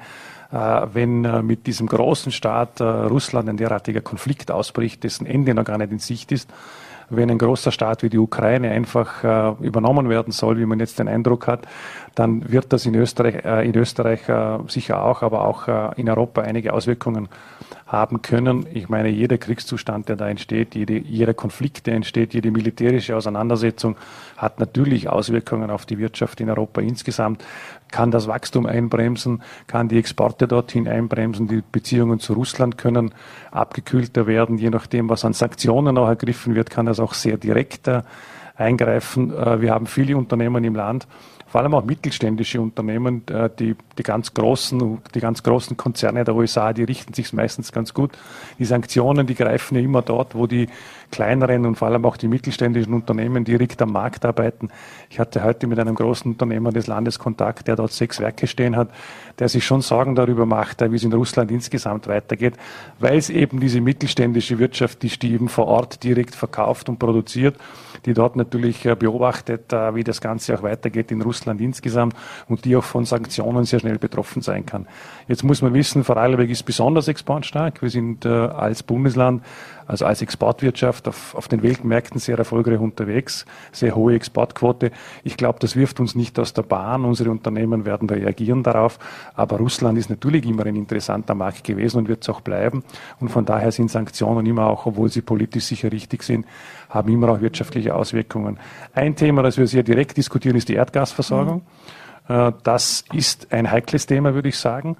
wenn mit diesem großen Staat Russland ein derartiger Konflikt ausbricht, dessen Ende noch gar nicht in Sicht ist, wenn ein großer Staat wie die Ukraine einfach äh, übernommen werden soll, wie man jetzt den Eindruck hat, dann wird das in Österreich, äh, in Österreich äh, sicher auch, aber auch äh, in Europa einige Auswirkungen haben können. Ich meine, jeder Kriegszustand, der da entsteht, jede, jeder Konflikt, der entsteht, jede militärische Auseinandersetzung hat natürlich Auswirkungen auf die Wirtschaft in Europa insgesamt, kann das Wachstum einbremsen, kann die Exporte dorthin einbremsen, die Beziehungen zu Russland können abgekühlter werden, je nachdem, was an Sanktionen auch ergriffen wird, kann das auch sehr direkt äh, eingreifen. Äh, wir haben viele Unternehmen im Land, vor allem auch mittelständische Unternehmen, die, die ganz großen, die ganz großen Konzerne der U S A, die richten sich meistens ganz gut. Die Sanktionen, die greifen ja immer dort, wo die kleineren und vor allem auch die mittelständischen Unternehmen direkt am Markt arbeiten. Ich hatte heute mit einem großen Unternehmer des Landes Kontakt, der dort sechs Werke stehen hat, der sich schon Sorgen darüber macht, wie es in Russland insgesamt weitergeht, weil es eben diese mittelständische Wirtschaft, die die eben vor Ort direkt verkauft und produziert, die dort natürlich beobachtet, wie das Ganze auch weitergeht in Russland insgesamt und die auch von Sanktionen sehr schnell betroffen sein kann. Jetzt muss man wissen, Vorarlberg ist besonders exportstark. Wir sind äh, als Bundesland, also als Exportwirtschaft auf, auf den Weltmärkten sehr erfolgreich unterwegs, sehr hohe Exportquote. Ich glaube, das wirft uns nicht aus der Bahn. Unsere Unternehmen werden reagieren darauf. Aber Russland ist natürlich immer ein interessanter Markt gewesen und wird es auch bleiben. Und von daher sind Sanktionen immer auch, obwohl sie politisch sicher richtig sind, haben immer auch wirtschaftliche Auswirkungen. Ein Thema, das wir sehr direkt diskutieren, ist die Erdgasversorgung. Mhm. Das ist ein heikles Thema, würde ich sagen.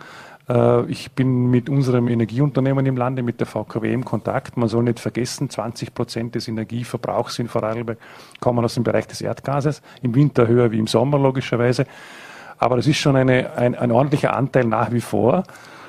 Ich bin mit unserem Energieunternehmen im Lande, mit der V K W, im Kontakt. Man soll nicht vergessen, zwanzig Prozent des Energieverbrauchs in Vorarlberg kommen aus dem Bereich des Erdgases. Im Winter höher wie im Sommer logischerweise. Aber das ist schon eine, ein, ein ordentlicher Anteil nach wie vor.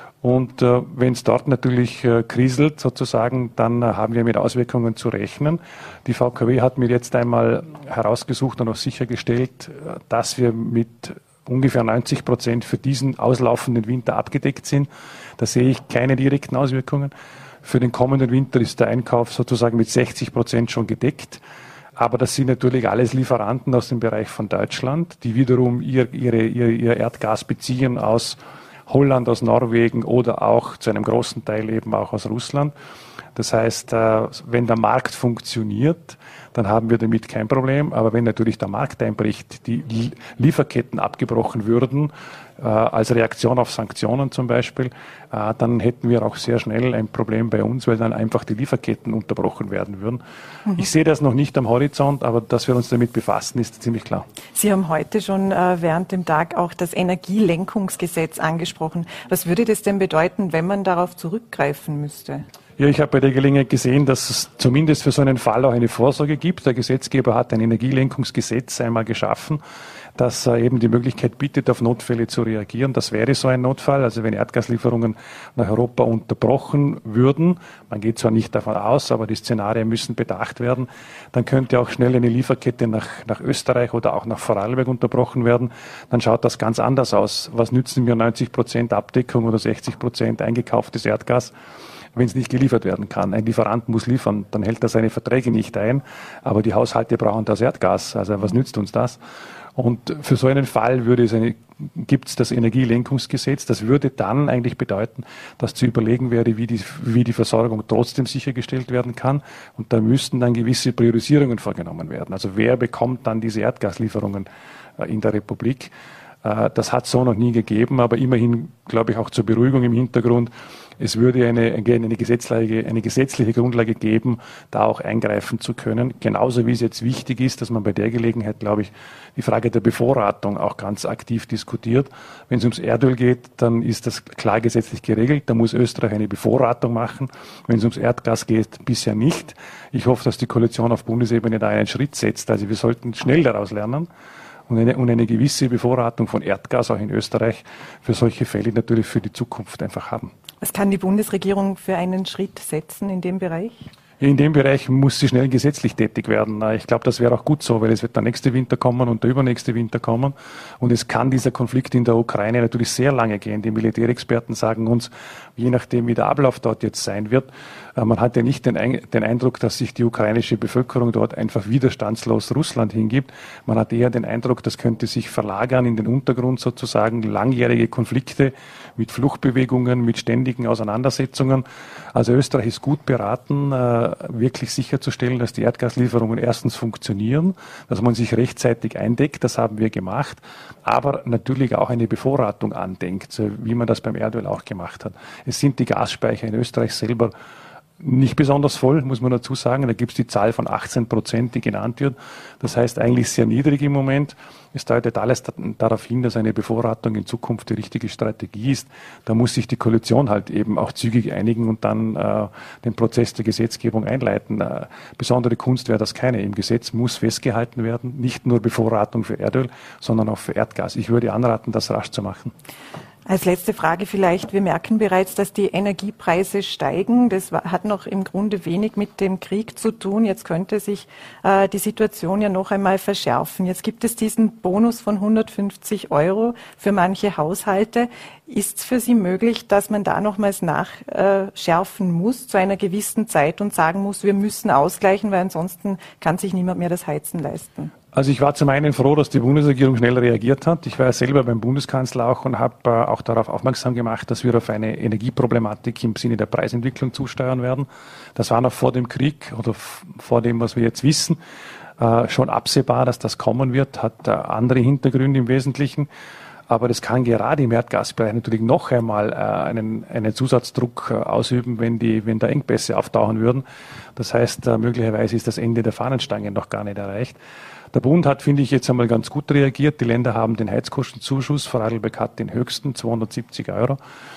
Und äh, wenn es dort natürlich äh, kriselt sozusagen, dann äh, haben wir mit Auswirkungen zu rechnen. Die V K W hat mir jetzt einmal herausgesucht und auch sichergestellt, dass wir mit ungefähr neunzig Prozent für diesen auslaufenden Winter abgedeckt sind. Da sehe ich keine direkten Auswirkungen. Für den kommenden Winter ist der Einkauf sozusagen mit sechzig Prozent schon gedeckt. Aber das sind natürlich alles Lieferanten aus dem Bereich von Deutschland, die wiederum ihr, ihre, ihr, ihr Erdgas beziehen aus Holland, aus Norwegen oder auch zu einem großen Teil eben auch aus Russland. Das heißt, wenn der Markt funktioniert, dann haben wir damit kein Problem. Aber wenn natürlich der Markt einbricht, die Lieferketten abgebrochen würden, äh, als Reaktion auf Sanktionen zum Beispiel, äh, dann hätten wir auch sehr schnell ein Problem bei uns, weil dann einfach die Lieferketten unterbrochen werden würden. Mhm. Ich sehe das noch nicht am Horizont, aber dass wir uns damit befassen, ist ziemlich klar. Sie haben heute schon äh, während dem Tag auch das Energielenkungsgesetz angesprochen. Was würde das denn bedeuten, wenn man darauf zurückgreifen müsste? Ja, ich habe bei der Gelegenheit gesehen, dass es zumindest für so einen Fall auch eine Vorsorge gibt. Der Gesetzgeber hat ein Energielenkungsgesetz einmal geschaffen, das äh, eben die Möglichkeit bietet, auf Notfälle zu reagieren. Das wäre so ein Notfall, also wenn Erdgaslieferungen nach Europa unterbrochen würden, man geht zwar nicht davon aus, aber die Szenarien müssen bedacht werden, dann könnte auch schnell eine Lieferkette nach, nach Österreich oder auch nach Vorarlberg unterbrochen werden. Dann schaut das ganz anders aus. Was nützen mir neunzig Prozent Abdeckung oder sechzig Prozent eingekauftes Erdgas, wenn es nicht geliefert werden kann? Ein Lieferant muss liefern, dann hält er seine Verträge nicht ein, aber die Haushalte brauchen das Erdgas. Also was nützt uns das? Und für so einen Fall würde es eine, gibt es das Energielenkungsgesetz. Das würde dann eigentlich bedeuten, dass zu überlegen wäre, wie die, wie die Versorgung trotzdem sichergestellt werden kann. Und da müssten dann gewisse Priorisierungen vorgenommen werden. Also wer bekommt dann diese Erdgaslieferungen in der Republik? Das hat es so noch nie gegeben, aber immerhin, glaube ich, auch zur Beruhigung im Hintergrund. Es würde eine, eine, gesetzliche, eine gesetzliche Grundlage geben, da auch eingreifen zu können. Genauso wie es jetzt wichtig ist, dass man bei der Gelegenheit, glaube ich, die Frage der Bevorratung auch ganz aktiv diskutiert. Wenn es ums Erdöl geht, dann ist das klar gesetzlich geregelt. Da muss Österreich eine Bevorratung machen. Wenn es ums Erdgas geht, bisher nicht. Ich hoffe, dass die Koalition auf Bundesebene da einen Schritt setzt. Also wir sollten schnell daraus lernen. Und eine, und eine gewisse Bevorratung von Erdgas auch in Österreich für solche Fälle natürlich für die Zukunft einfach haben. Was kann die Bundesregierung für einen Schritt setzen in dem Bereich? In dem Bereich muss sie schnell gesetzlich tätig werden. Ich glaube, das wäre auch gut so, weil es wird der nächste Winter kommen und der übernächste Winter kommen. Und es kann dieser Konflikt in der Ukraine natürlich sehr lange gehen. Die Militärexperten sagen uns, je nachdem, wie der Ablauf dort jetzt sein wird, man hat ja nicht den, den Eindruck, dass sich die ukrainische Bevölkerung dort einfach widerstandslos Russland hingibt. Man hat eher den Eindruck, das könnte sich verlagern in den Untergrund sozusagen, langjährige Konflikte mit Fluchtbewegungen, mit ständigen Auseinandersetzungen. Also Österreich ist gut beraten, wirklich sicherzustellen, dass die Erdgaslieferungen erstens funktionieren, dass man sich rechtzeitig eindeckt, das haben wir gemacht, aber natürlich auch eine Bevorratung andenkt, wie man das beim Erdöl auch gemacht hat. Es sind die Gasspeicher in Österreich selber nicht besonders voll, muss man dazu sagen. Da gibt es die Zahl von achtzehn Prozent, die genannt wird. Das heißt eigentlich sehr niedrig im Moment. Es deutet alles darauf hin, dass eine Bevorratung in Zukunft die richtige Strategie ist. Da muss sich die Koalition halt eben auch zügig einigen und dann äh, den Prozess der Gesetzgebung einleiten. Äh, besondere Kunst wäre das keine. Im Gesetz muss festgehalten werden, nicht nur Bevorratung für Erdöl, sondern auch für Erdgas. Ich würde anraten, das rasch zu machen. Als letzte Frage vielleicht, wir merken bereits, dass die Energiepreise steigen. Das hat noch im Grunde wenig mit dem Krieg zu tun. Jetzt könnte sich äh, die Situation ja noch einmal verschärfen. Jetzt gibt es diesen Bonus von hundertfünfzig Euro für manche Haushalte. Ist es für Sie möglich, dass man da nochmals nachschärfen äh, muss zu einer gewissen Zeit und sagen muss, wir müssen ausgleichen, weil ansonsten kann sich niemand mehr das Heizen leisten? Also ich war zum einen froh, dass die Bundesregierung schnell reagiert hat. Ich war ja selber beim Bundeskanzler auch und habe äh, auch darauf aufmerksam gemacht, dass wir auf eine Energieproblematik im Sinne der Preisentwicklung zusteuern werden. Das war noch vor dem Krieg oder vor dem, was wir jetzt wissen, äh, schon absehbar, dass das kommen wird, hat äh, andere Hintergründe im Wesentlichen. Aber das kann gerade im Erdgasbereich natürlich noch einmal äh, einen, einen Zusatzdruck äh, ausüben, wenn, die, wenn da Engpässe auftauchen würden. Das heißt, äh, möglicherweise ist das Ende der Fahnenstange noch gar nicht erreicht. Der Bund hat, finde ich, jetzt einmal ganz gut reagiert. Die Länder haben den Heizkostenzuschuss. Vorarlberg hat den höchsten, zweihundertsiebzig Euro.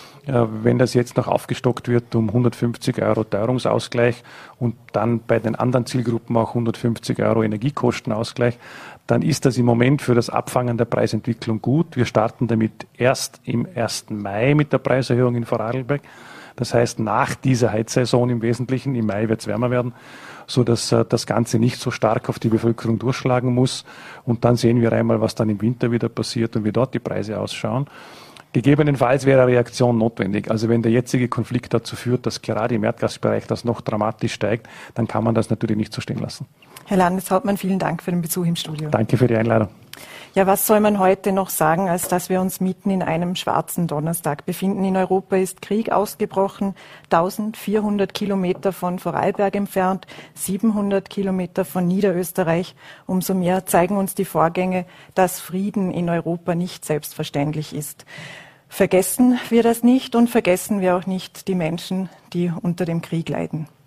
Wenn das jetzt noch aufgestockt wird um hundertfünfzig Euro Teuerungsausgleich und dann bei den anderen Zielgruppen auch hundertfünfzig Euro Energiekostenausgleich, dann ist das im Moment für das Abfangen der Preisentwicklung gut. Wir starten damit erst im ersten Mai mit der Preiserhöhung in Vorarlberg. Das heißt, nach dieser Heizsaison im Wesentlichen, im Mai wird es wärmer werden, so dass äh, das Ganze nicht so stark auf die Bevölkerung durchschlagen muss. Und dann sehen wir einmal, was dann im Winter wieder passiert und wie dort die Preise ausschauen. Gegebenenfalls wäre eine Reaktion notwendig. Also wenn der jetzige Konflikt dazu führt, dass gerade im Erdgasbereich das noch dramatisch steigt, dann kann man das natürlich nicht so stehen lassen. Herr Landeshauptmann, vielen Dank für den Besuch im Studio. Danke für die Einladung. Ja, was soll man heute noch sagen, als dass wir uns mitten in einem schwarzen Donnerstag befinden? In Europa ist Krieg ausgebrochen, eintausendvierhundert Kilometer von Vorarlberg entfernt, siebenhundert Kilometer von Niederösterreich. Umso mehr zeigen uns die Vorgänge, dass Frieden in Europa nicht selbstverständlich ist. Vergessen wir das nicht und vergessen wir auch nicht die Menschen, die unter dem Krieg leiden.